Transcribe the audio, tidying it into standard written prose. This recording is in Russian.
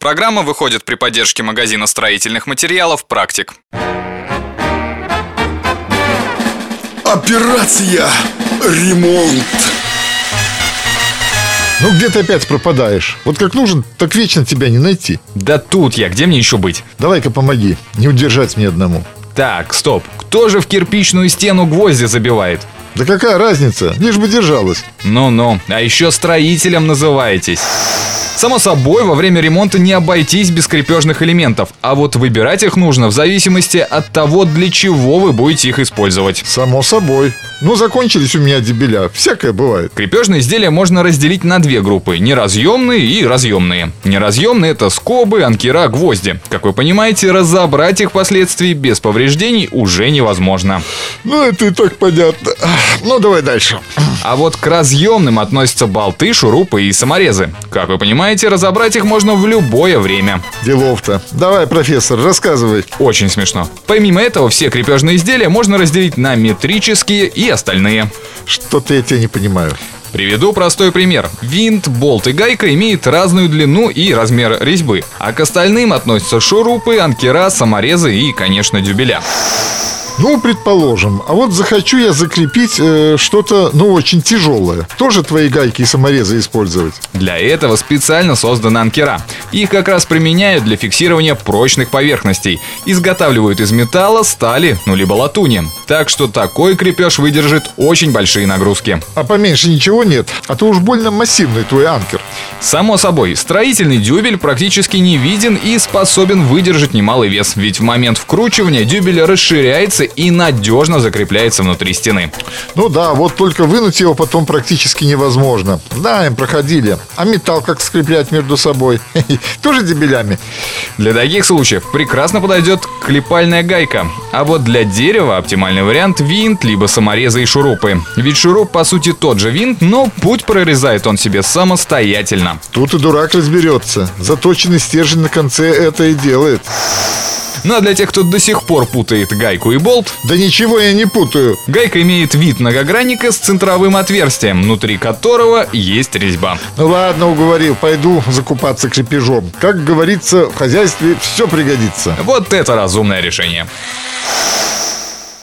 программа выходит при поддержке магазина строительных материалов «Практик». Операция «Ремонт». Ну где ты опять пропадаешь? Вот как нужен, так вечно тебя не найти. Да тут я, где мне еще быть? Давай-ка помоги, не удержать мне одному. Так, стоп, кто же в кирпичную стену гвозди забивает? Да какая разница, лишь бы держалась. Ну-ну, а еще строителем называетесь. Само собой, во время ремонта не обойтись без крепежных элементов, а вот выбирать их нужно в зависимости от того, для чего вы будете их использовать. Само собой. Ну, закончились у меня дебеля, всякое бывает. Крепежные изделия можно разделить на две группы: неразъемные и разъемные. Неразъемные — это скобы, анкера, гвозди. Как вы понимаете, разобрать их впоследствии без повреждений уже невозможно. Ну, это и так понятно. Ну, давай дальше. А вот к разъемным относятся болты, шурупы и саморезы. Как вы понимаете, разобрать их можно в любое время. Делов-то. Давай, профессор, рассказывай. Очень смешно. Помимо этого, все крепежные изделия можно разделить на метрические и остальные. Что-то я тебя не понимаю. Приведу простой пример. Винт, болт и гайка имеют разную длину и размер резьбы, а к остальным относятся шурупы, анкера, саморезы и, конечно, дюбеля. Ну, предположим. А вот захочу я закрепить что-то, очень тяжелое. Тоже твои гайки и саморезы использовать? Для этого специально созданы анкера. Их как раз применяют для фиксирования прочных поверхностей. Изготавливают из металла, стали, либо латуни. Так что такой крепеж выдержит очень большие нагрузки. А поменьше ничего нет? А то уж больно массивный твой анкер. Само собой, строительный дюбель практически не виден и способен выдержать немалый вес. Ведь в момент вкручивания дюбель расширяется и надежно закрепляется внутри стены. Ну да, вот только вынуть его потом практически невозможно. Да, им проходили. А металл как скреплять между собой? Тоже дебелями? Для таких случаев прекрасно подойдет клепальная гайка. А вот для дерева оптимальный вариант — винт, либо саморезы и шурупы. Ведь шуруп по сути тот же винт, но путь прорезает он себе самостоятельно. Тут и дурак разберется. Заточенный стержень на конце это и делает. Ну а для тех, кто до сих пор путает гайку и болт... Да ничего я не путаю. Гайка имеет вид многогранника с центровым отверстием, внутри которого есть резьба. Ну ладно, уговорил, пойду закупаться крепежом. Как говорится, в хозяйстве все пригодится. Вот это разумное решение.